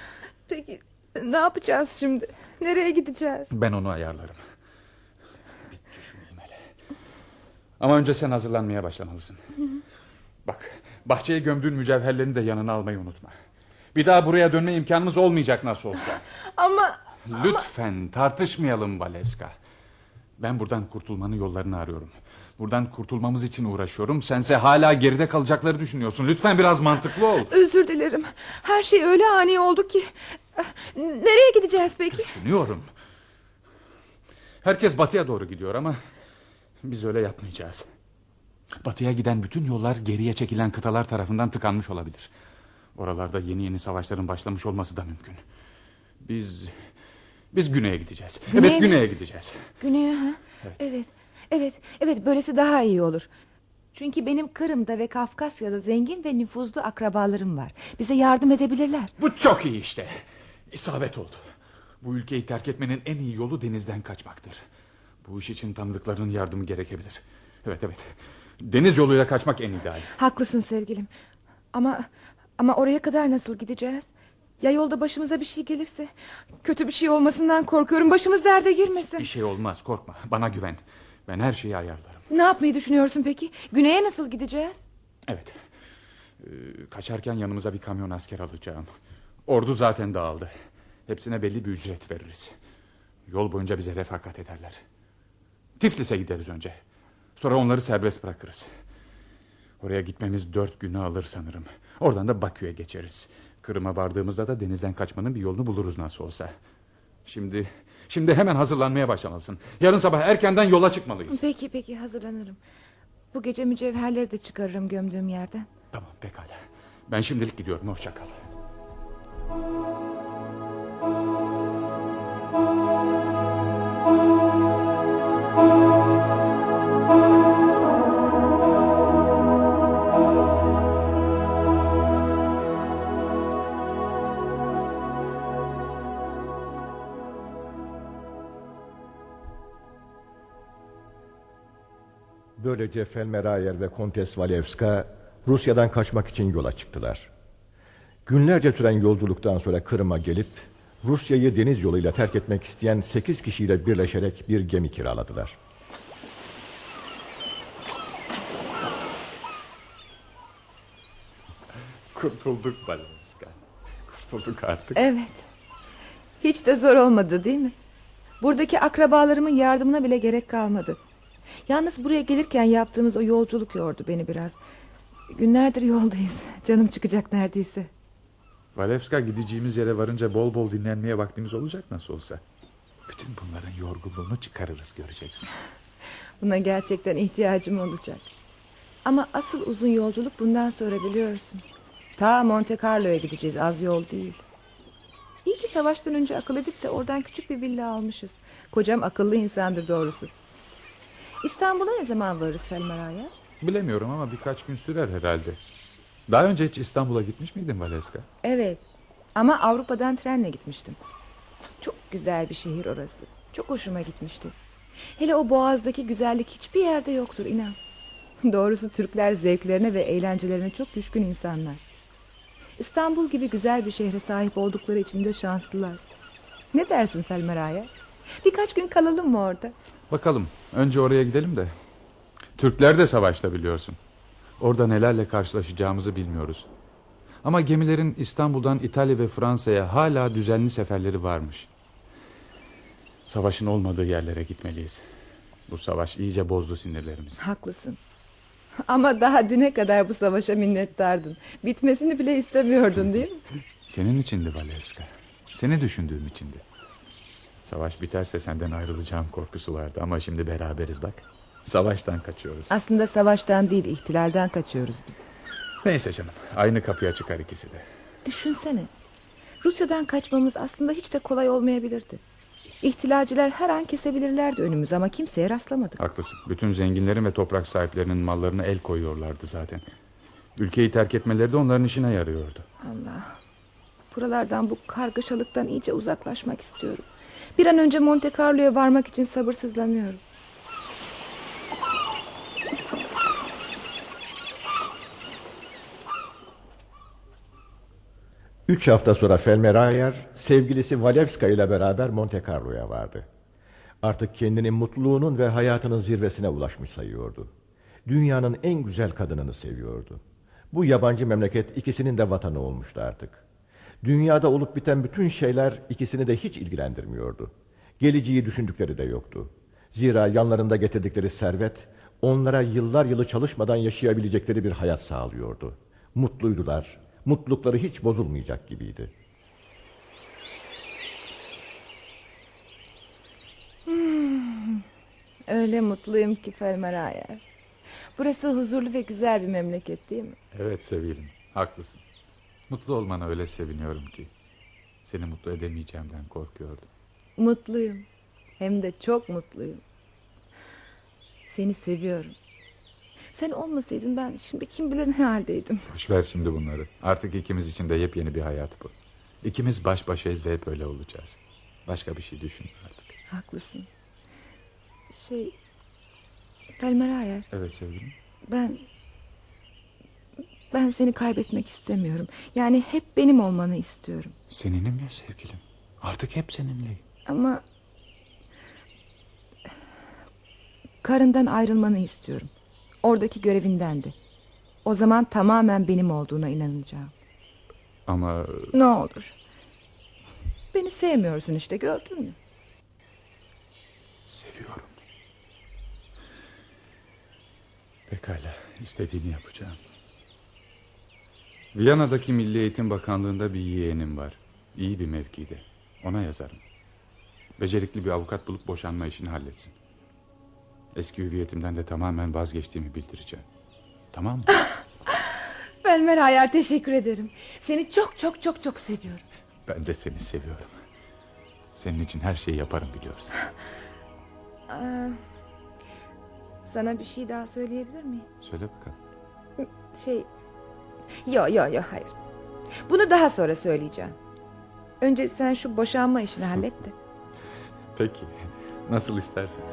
Peki ne yapacağız şimdi? Nereye gideceğiz? Ben onu ayarlarım. Bir düşüneyim hele. Ama önce sen hazırlanmaya başlamalısın. Hı hı. Bak, bahçeye gömdüğün mücevherlerini de yanına almayı unutma. Bir daha buraya dönme imkanımız olmayacak nasıl olsa. Ama... Lütfen ama... tartışmayalım Walewska. Ben buradan kurtulmanın yollarını arıyorum. Buradan kurtulmamız için uğraşıyorum. Sense hala geride kalacakları düşünüyorsun. Lütfen biraz mantıklı ol. Özür dilerim. Her şey öyle ani oldu ki. Nereye gideceğiz peki? Düşünüyorum. Herkes batıya doğru gidiyor ama biz öyle yapmayacağız. Batıya giden bütün yollar geriye çekilen kıtalar tarafından tıkanmış olabilir. Oralarda yeni yeni savaşların başlamış olması da mümkün. Biz biz güneye gideceğiz. Güneye evet mi? Güneye gideceğiz. Güneye ha? Evet. Evet. Evet, evet böylesi daha iyi olur. Çünkü benim Kırım'da ve Kafkasya'da zengin ve nüfuzlu akrabalarım var. Bize yardım edebilirler. Bu çok iyi işte. İsabet oldu. Bu ülkeyi terk etmenin en iyi yolu denizden kaçmaktır. Bu iş için tanıdıklarının yardımı gerekebilir. Evet evet. Deniz yoluyla kaçmak en ideal. Haklısın sevgilim. Ama ama oraya kadar nasıl gideceğiz? Ya yolda başımıza bir şey gelirse? Kötü bir şey olmasından korkuyorum. Başımız derde girmesin. Bir şey olmaz, korkma. Bana güven. Ben her şeyi ayarlarım. Ne yapmayı düşünüyorsun peki? Güney'e nasıl gideceğiz? Evet. Ee, kaçarken yanımıza bir kamyon asker alacağım. Ordu zaten dağıldı. Hepsine belli bir ücret veririz. Yol boyunca bize refakat ederler. Tiflis'e gideriz önce. Sonra onları serbest bırakırız. Oraya gitmemiz dört günü alır sanırım. Oradan da Bakü'ye geçeriz. Kırım'a vardığımızda da denizden kaçmanın bir yolunu buluruz nasıl olsa. Şimdi şimdi hemen hazırlanmaya başlamalısın. Yarın sabah erkenden yola çıkmalıyız. Peki peki hazırlanırım. Bu gece mücevherleri de çıkarırım gömdüğüm yerden. Tamam pekala. Ben şimdilik gidiyorum. Hoşça kal. Böylece Felmerayer ve Kontes Walewska Rusya'dan kaçmak için yola çıktılar. Günlerce süren yolculuktan sonra Kırım'a gelip Rusya'yı deniz yoluyla terk etmek isteyen sekiz kişiyle birleşerek bir gemi kiraladılar. Kurtulduk Walewska. Kurtulduk artık. Evet. Hiç de zor olmadı değil mi? Buradaki akrabalarımın yardımına bile gerek kalmadı. Yalnız buraya gelirken yaptığımız o yolculuk yordu beni biraz. Günlerdir yoldayız. Canım çıkacak neredeyse. Walewska, gideceğimiz yere varınca bol bol dinlenmeye vaktimiz olacak nasıl olsa. Bütün bunların yorgunluğunu çıkarırız, göreceksin. Buna gerçekten ihtiyacım olacak. Ama asıl uzun yolculuk bundan sonra biliyorsun. Ta Monte Carlo'ya gideceğiz, az yol değil. İyi ki savaştan önce akıl edip de oradan küçük bir villa almışız. Kocam akıllı insandır doğrusu. İstanbul'a ne zaman varırız Felmerayer? Bilemiyorum ama birkaç gün sürer herhalde. Daha önce hiç İstanbul'a gitmiş miydin Walewska? Evet ama Avrupa'dan trenle gitmiştim. Çok güzel bir şehir orası. Çok hoşuma gitmişti. Hele o boğazdaki güzellik hiçbir yerde yoktur inan. Doğrusu Türkler zevklerine ve eğlencelerine çok düşkün insanlar. İstanbul gibi güzel bir şehre sahip oldukları için de şanslılar. Ne dersin Felmerayer? Birkaç gün kalalım mı orada? Bakalım, önce oraya gidelim de. Türkler de savaşta biliyorsun. Orada nelerle karşılaşacağımızı bilmiyoruz. Ama gemilerin İstanbul'dan İtalya ve Fransa'ya hala düzenli seferleri varmış. Savaşın olmadığı yerlere gitmeliyiz. Bu savaş iyice bozdu sinirlerimizi. Haklısın. Ama daha düne kadar bu savaşa minnettardın. Bitmesini bile istemiyordun değil mi? Senin içindi Walewska. Seni düşündüğüm içindi. Savaş biterse senden ayrılacağım korkusu vardı ama şimdi beraberiz bak. Savaştan kaçıyoruz. Aslında savaştan değil, ihtilalden kaçıyoruz biz. Neyse canım, aynı kapıya çıkar ikisi de. Düşünsene. Rusya'dan kaçmamız aslında hiç de kolay olmayabilirdi. İhtilalciler her an kesebilirlerdi önümüzü ama kimseye rastlamadık. Haklısın. Bütün zenginlerin ve toprak sahiplerinin mallarına el koyuyorlardı zaten. Ülkeyi terk etmeleri de onların işine yarıyordu. Allah. Buralardan, bu kargaşalıktan iyice uzaklaşmak istiyorum. Bir an önce Monte Carlo'ya varmak için sabırsızlanıyorum. Üç hafta sonra Felmerayer sevgilisi Walewska ile beraber Monte Carlo'ya vardı. Artık kendini mutluluğunun ve hayatının zirvesine ulaşmış sayıyordu. Dünyanın en güzel kadınını seviyordu. Bu yabancı memleket ikisinin de vatanı olmuştu artık. Dünyada olup biten bütün şeyler ikisini de hiç ilgilendirmiyordu. Geleceği düşündükleri de yoktu. Zira yanlarında getirdikleri servet onlara yıllar yılı çalışmadan yaşayabilecekleri bir hayat sağlıyordu. Mutluydular. Mutlulukları hiç bozulmayacak gibiydi. Hmm, öyle mutluyum ki Felmerayer. Burası huzurlu ve güzel bir memleket değil mi? Evet sevgilim, haklısın. Mutlu olmana öyle seviniyorum ki. Seni mutlu edemeyeceğimden korkuyordum. Mutluyum. Hem de çok mutluyum. Seni seviyorum. Sen olmasaydın ben şimdi kim bilir ne haldeydim. Boş ver şimdi bunları. Artık ikimiz için de yepyeni bir hayat bu. İkimiz baş başayız ve hep öyle olacağız. Başka bir şey düşün artık. Haklısın. Şey... Felmerayer. Evet sevgilim. Ben... Ben seni kaybetmek istemiyorum. Yani hep benim olmanı istiyorum. Seninim ya sevgilim. Artık hep seninleyim. Ama... Karından ayrılmanı istiyorum. Oradaki görevindendi. O zaman tamamen benim olduğuna inanacağım. Ama... Ne olur. Beni sevmiyorsun işte, gördün mü? Seviyorum. Pekala, istediğini yapacağım. Viyana'daki Milli Eğitim Bakanlığı'nda bir yeğenim var. İyi bir mevkide. Ona yazarım. Becerikli bir avukat bulup boşanma işini halletsin. Eski hüviyetimden de tamamen vazgeçtiğimi bildireceğim. Tamam mı? Felmerayer, teşekkür ederim. Seni çok çok çok çok seviyorum. Ben de seni seviyorum. Senin için her şeyi yaparım biliyorsun. Aa, sana bir şey daha söyleyebilir miyim? Söyle bakalım. Şey... Yo yo yo hayır. Bunu daha sonra söyleyeceğim. Önce sen şu boşanma işini hallet de. Peki. Nasıl istersen.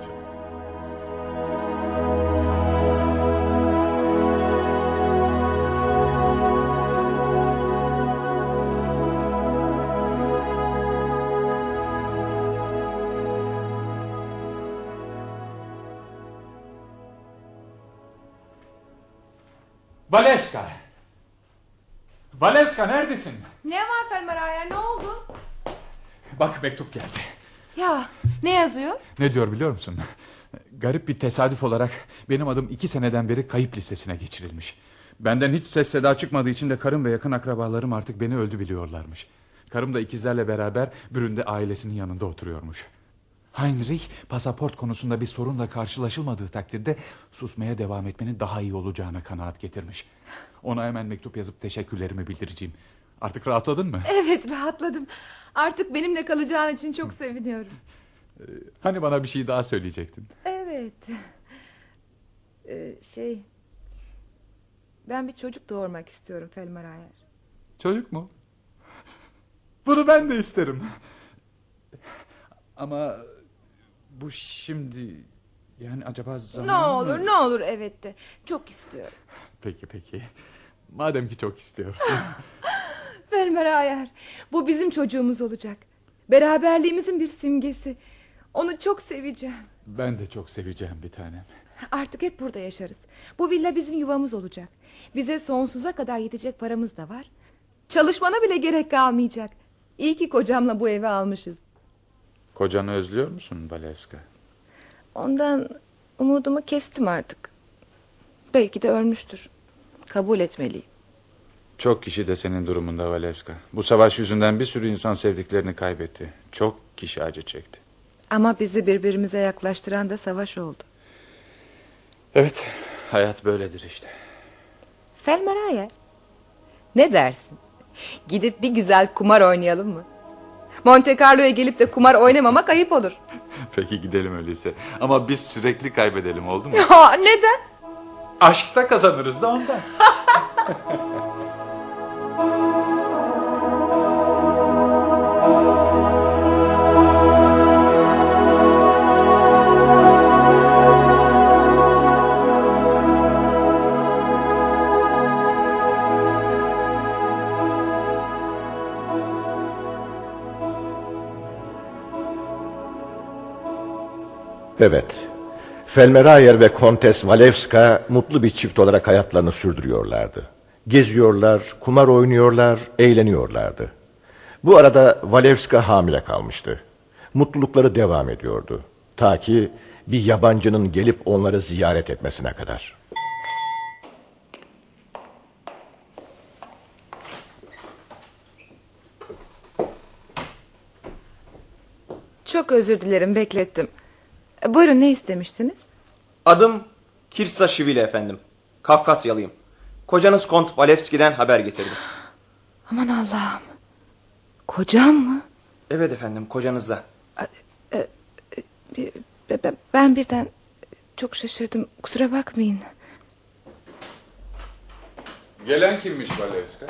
Walewska! Walewska neredesin? Ne var Felmerayer, ne oldu? Bak mektup geldi. Ya ne yazıyor? Ne diyor biliyor musun? Garip bir tesadüf olarak benim adım iki seneden beri kayıp listesine geçirilmiş. Benden hiç ses seda çıkmadığı için de karım ve yakın akrabalarım artık beni öldü biliyorlarmış. Karım da ikizlerle beraber Brün'de ailesinin yanında oturuyormuş. Heinrich pasaport konusunda bir sorunla karşılaşılmadığı takdirde susmaya devam etmenin daha iyi olacağına kanaat getirmiş. Ona hemen mektup yazıp teşekkürlerimi bildireceğim. Artık rahatladın mı? Evet, rahatladım. Artık benimle kalacağın için çok seviniyorum. Ee, hani bana bir şey daha söyleyecektin? Evet. Ee, şey... Ben bir çocuk doğurmak istiyorum Felmerayer. Çocuk mu? Bunu ben de isterim. Ama bu şimdi... Yani acaba zaman Ne olur mı? Ne olur evet de. Çok istiyorum. Peki peki. Madem ki çok istiyorsun. Felmerayer, bu bizim çocuğumuz olacak. Beraberliğimizin bir simgesi. Onu çok seveceğim. Ben de çok seveceğim bir tanem. Artık hep burada yaşarız. Bu villa bizim yuvamız olacak. Bize sonsuza kadar yetecek paramız da var. Çalışmana bile gerek kalmayacak. İyi ki kocamla bu evi almışız. Kocanı özlüyor musun Walewska? Ondan umudumu kestim artık. Belki de ölmüştür. Kabul etmeliyim. Çok kişi de senin durumunda Walewska. Bu savaş yüzünden bir sürü insan sevdiklerini kaybetti. Çok kişi acı çekti. Ama bizi birbirimize yaklaştıran da savaş oldu. Evet, hayat böyledir işte. Felmerayer, ne dersin? Gidip bir güzel kumar oynayalım mı? Monte Carlo'ya gelip de kumar oynamamak ayıp olur. Peki gidelim öyleyse. Ama biz sürekli kaybedelim, oldu mu? Ya, neden? Aşkta kazanırız da ondan. Evet, Felmerayer ve Kontes Walewska mutlu bir çift olarak hayatlarını sürdürüyorlardı. Geziyorlar, kumar oynuyorlar, eğleniyorlardı. Bu arada Walewska hamile kalmıştı. Mutlulukları devam ediyordu. Ta ki bir yabancının gelip onları ziyaret etmesine kadar. Çok özür dilerim, beklettim. Buyurun, ne istemiştiniz? Adım Kirsashvili efendim. Kafkasyalıyım. Kocanız Kont Walewski'den haber getirdim. Aman Allah'ım. Kocam mı? Evet efendim, kocanızdan. Ben birden çok şaşırdım. Kusura bakmayın. Gelen kimmiş Walewska?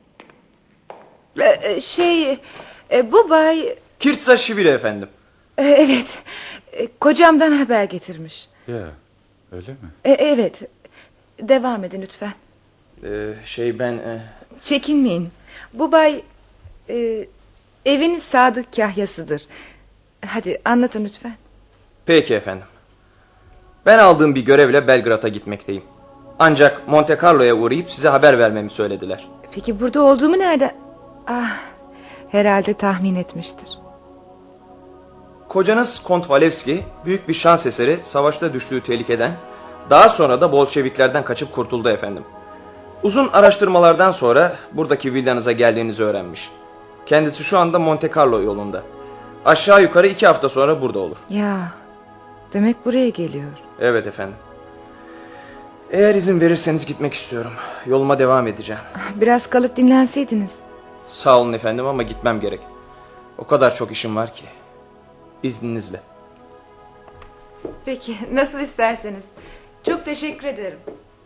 Şey, bu bay... Kirsashvili efendim. Evet, kocamdan haber getirmiş. Ya, öyle mi? Evet, devam edin lütfen. Ee, şey ben... E... Çekinmeyin. Bu bay... E, evin sadık kahyasıdır. Hadi anlatın lütfen. Peki efendim. Ben aldığım bir görevle Belgrad'a gitmekteyim. Ancak Monte Carlo'ya uğrayıp size haber vermemi söylediler. Peki burada olduğumu nerede... Ah, herhalde tahmin etmiştir. Kocanız Kont Walewski büyük bir şans eseri savaşta düştüğü tehlikeden, daha sonra da Bolşeviklerden kaçıp kurtuldu efendim. Uzun araştırmalardan sonra buradaki villanıza geldiğinizi öğrenmiş. Kendisi şu anda Monte Carlo yolunda. Aşağı yukarı iki hafta sonra burada olur. Ya, demek buraya geliyor. Evet efendim. Eğer izin verirseniz gitmek istiyorum. Yoluma devam edeceğim. Biraz kalıp dinlenseydiniz. Sağ olun efendim ama gitmem gerek. O kadar çok işim var ki. İzninizle. Peki, nasıl isterseniz. Çok teşekkür ederim.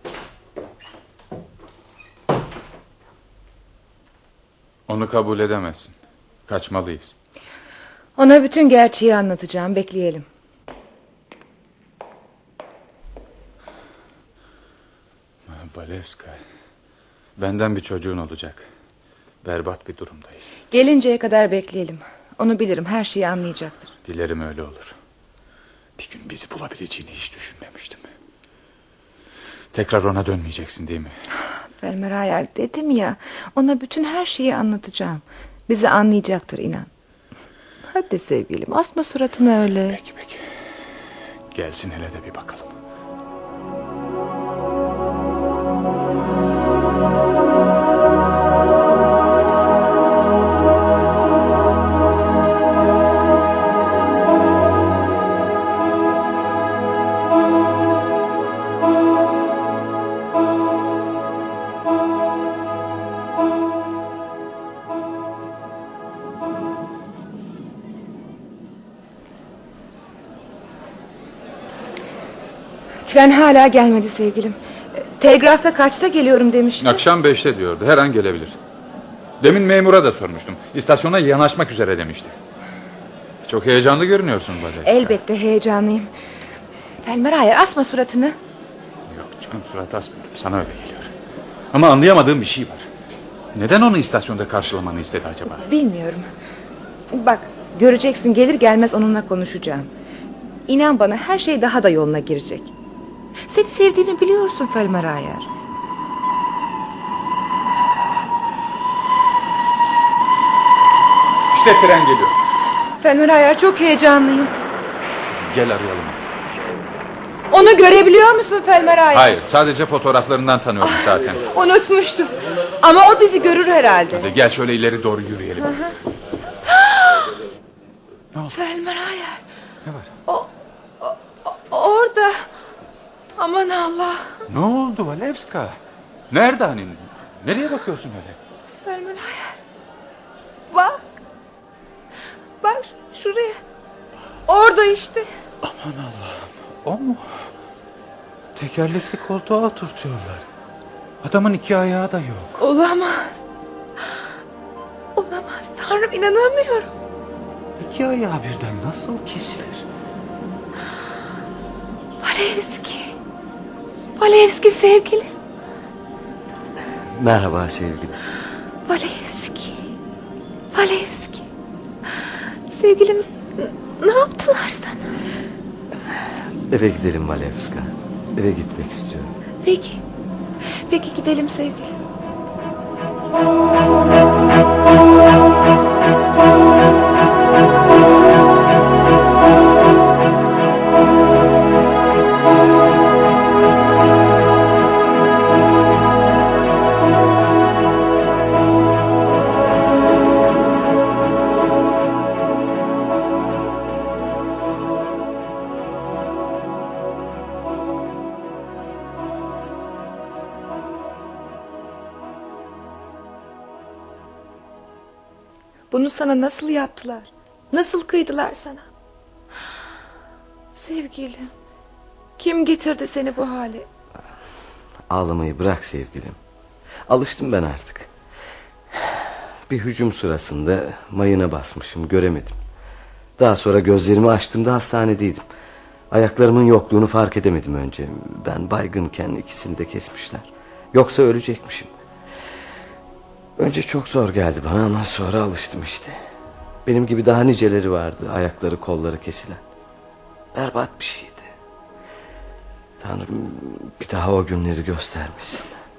Onu kabul edemezsin. Kaçmalıyız. Ona bütün gerçeği anlatacağım, bekleyelim. Walewska, benden bir çocuğun olacak. Berbat bir durumdayız. Gelinceye kadar bekleyelim. Onu bilirim, her şeyi anlayacaktır. Dilerim öyle olur. Bir gün bizi bulabileceğini hiç düşünmemiştim. Tekrar ona dönmeyeceksin değil mi? Felmerayer, dedim ya, ona bütün her şeyi anlatacağım. Bizi anlayacaktır, inan. Hadi sevgilim, asma suratını öyle. Peki peki. Gelsin hele de bir bakalım. Tren hala gelmedi sevgilim. Telgrafta kaçta geliyorum demişti. Akşam beşte diyordu, her an gelebilir. Demin memura da sormuştum. İstasyona yanaşmak üzere demişti. Çok heyecanlı görünüyorsun Walewska. Elbette heyecanlıyım. Felmerayer, asma suratını. Yok canım, surat asmıyorum, sana öyle geliyor. Ama anlayamadığım bir şey var. Neden onu istasyonda karşılamanı istedi acaba? Bilmiyorum. Bak, göreceksin, gelir gelmez onunla konuşacağım. İnan bana, her şey daha da yoluna girecek. Seni sevdiğini biliyorsun Felmerayer. İşte tren geliyor. Felmerayer, çok heyecanlıyım. Gel arayalım. Onu görebiliyor musun Felmerayer? Hayır, sadece fotoğraflarından tanıyorum zaten. Unutmuştum. Ama o bizi görür herhalde. Hadi gel şöyle ileri doğru yürüyelim. Ne oldu? Felmerayer. Ne var? O, o, o, orada. Aman Allah. Ne oldu Walewska? Nerede hani? Nereye bakıyorsun öyle? Felmerayer. Bak. Bak şuraya. Orada işte. Aman Allah'ım. O mu? Tekerlekli koltuğa oturtuyorlar. Adamın iki ayağı da yok. Olamaz. Olamaz. Tanrım, inanamıyorum. İki ayağı birden nasıl kesilir? Walewski. Walewski sevgilim. Merhaba sevgilim. Walewski. Walewski. Sevgilim, ne yaptılar sana? Eve gidelim Walewska. Eve gitmek istiyorum. Peki. Peki gidelim sevgilim. Bunu sana nasıl yaptılar? Nasıl kıydılar sana? Sevgilim, kim getirdi seni bu hale? Ağlamayı bırak sevgilim. Alıştım ben artık. Bir hücum sırasında mayına basmışım, göremedim. Daha sonra gözlerimi açtığımda hastanedeydim. Ayaklarımın yokluğunu fark edemedim önce. Ben baygınken ikisini de kesmişler. Yoksa ölecekmişim. Önce çok zor geldi bana ama sonra alıştım işte. Benim gibi daha niceleri vardı, ayakları kolları kesilen. Berbat bir şeydi. Tanrım bir daha o günleri göstermesin.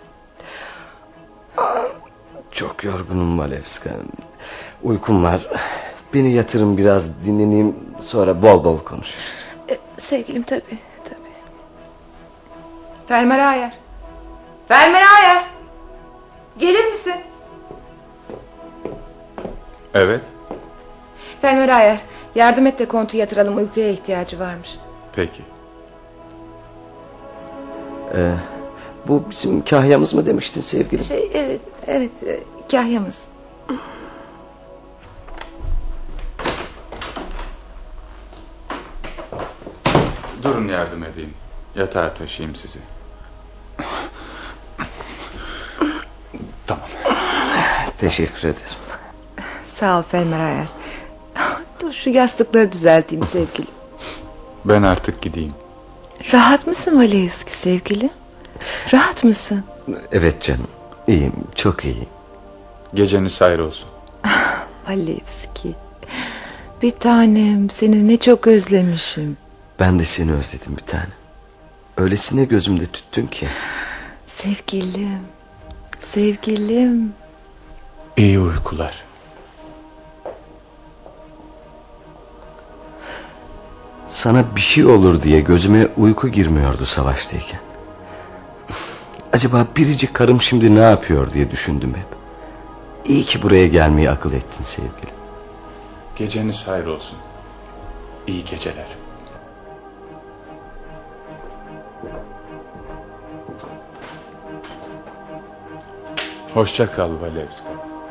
Çok yorgunum Walewska. Uykum var. Beni yatırın, biraz dinleneyim, sonra bol bol konuşuruz. Ee, sevgilim tabii tabii. Felmerayer. Felmerayer. Gelir misin? Evet. Felmerayer, yardım et de kontu yatıralım, uykuya ihtiyacı varmış. Peki. Ee, bu bizim kahyamız mı demiştin sevgilim? Şey evet evet e, kahyamız. Durun, yardım edeyim. Yatağa taşıyayım sizi. Tamam. Teşekkür ederim. Sağ ol Felmerayer. Dur şu yastıkları düzelteyim sevgilim. Ben artık gideyim. Rahat mısın Walewski sevgilim? Rahat mısın? Evet canım, iyiyim, çok iyiyim. Geceniz hayır olsun. Walewski, bir tanem, seni ne çok özlemişim. Ben de seni özledim bir tanem. Öylesine gözümde tüttün ki. Sevgilim, sevgilim. İyi uykular. Sana bir şey olur diye gözüme uyku girmiyordu savaştayken. Acaba biricik karım şimdi ne yapıyor diye düşündüm hep. İyi ki buraya gelmeyi akıl ettin sevgilim. Geceniz hayır olsun. İyi geceler. Hoşça kal Walewska.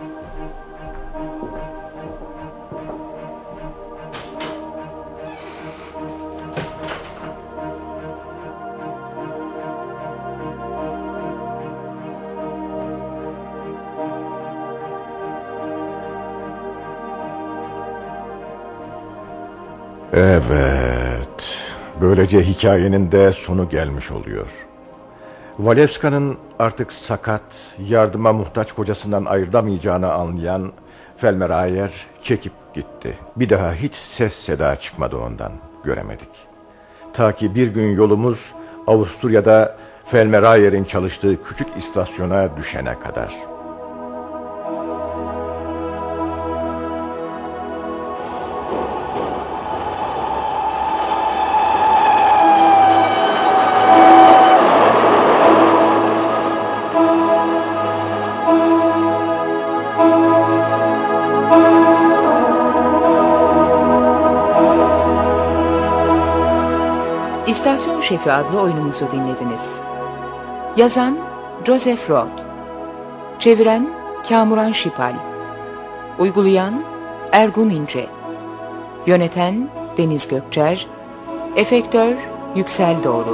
Evet, böylece hikayenin de sonu gelmiş oluyor. Walewska'nın artık sakat, yardıma muhtaç kocasından ayrılamayacağını anlayan Felmerayer çekip gitti. Bir daha hiç ses seda çıkmadı ondan, göremedik. Ta ki bir gün yolumuz Avusturya'da Felmerayer'in çalıştığı küçük istasyona düşene kadar. İstasyon Şefi adlı oyunumuzu dinlediniz. Yazan Joseph Roth, çeviren Kamuran Şipal, uygulayan Ergun İnce, yöneten Deniz Gökçer, efektör Yüksel Doğru.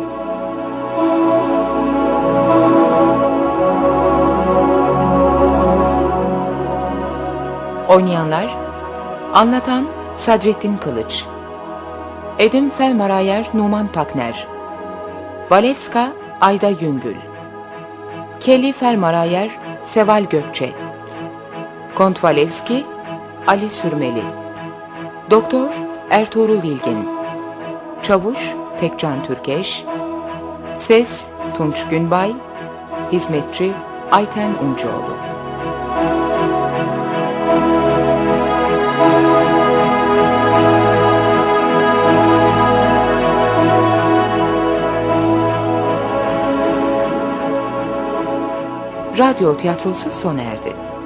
Oynayanlar: anlatan Sadrettin Kılıç, Edim Felmarayer Numan Pakner, Walewska Ayda Yüngül, Kelly Felmarayer Seval Gökçe, Kont Walewski Ali Sürmeli, Doktor Ertuğrul İlgin, Çavuş Pekcan Türkeş, ses Tunç Günbay, hizmetçi Ayten Uncuoğlu. Radyo tiyatrosu sona erdi.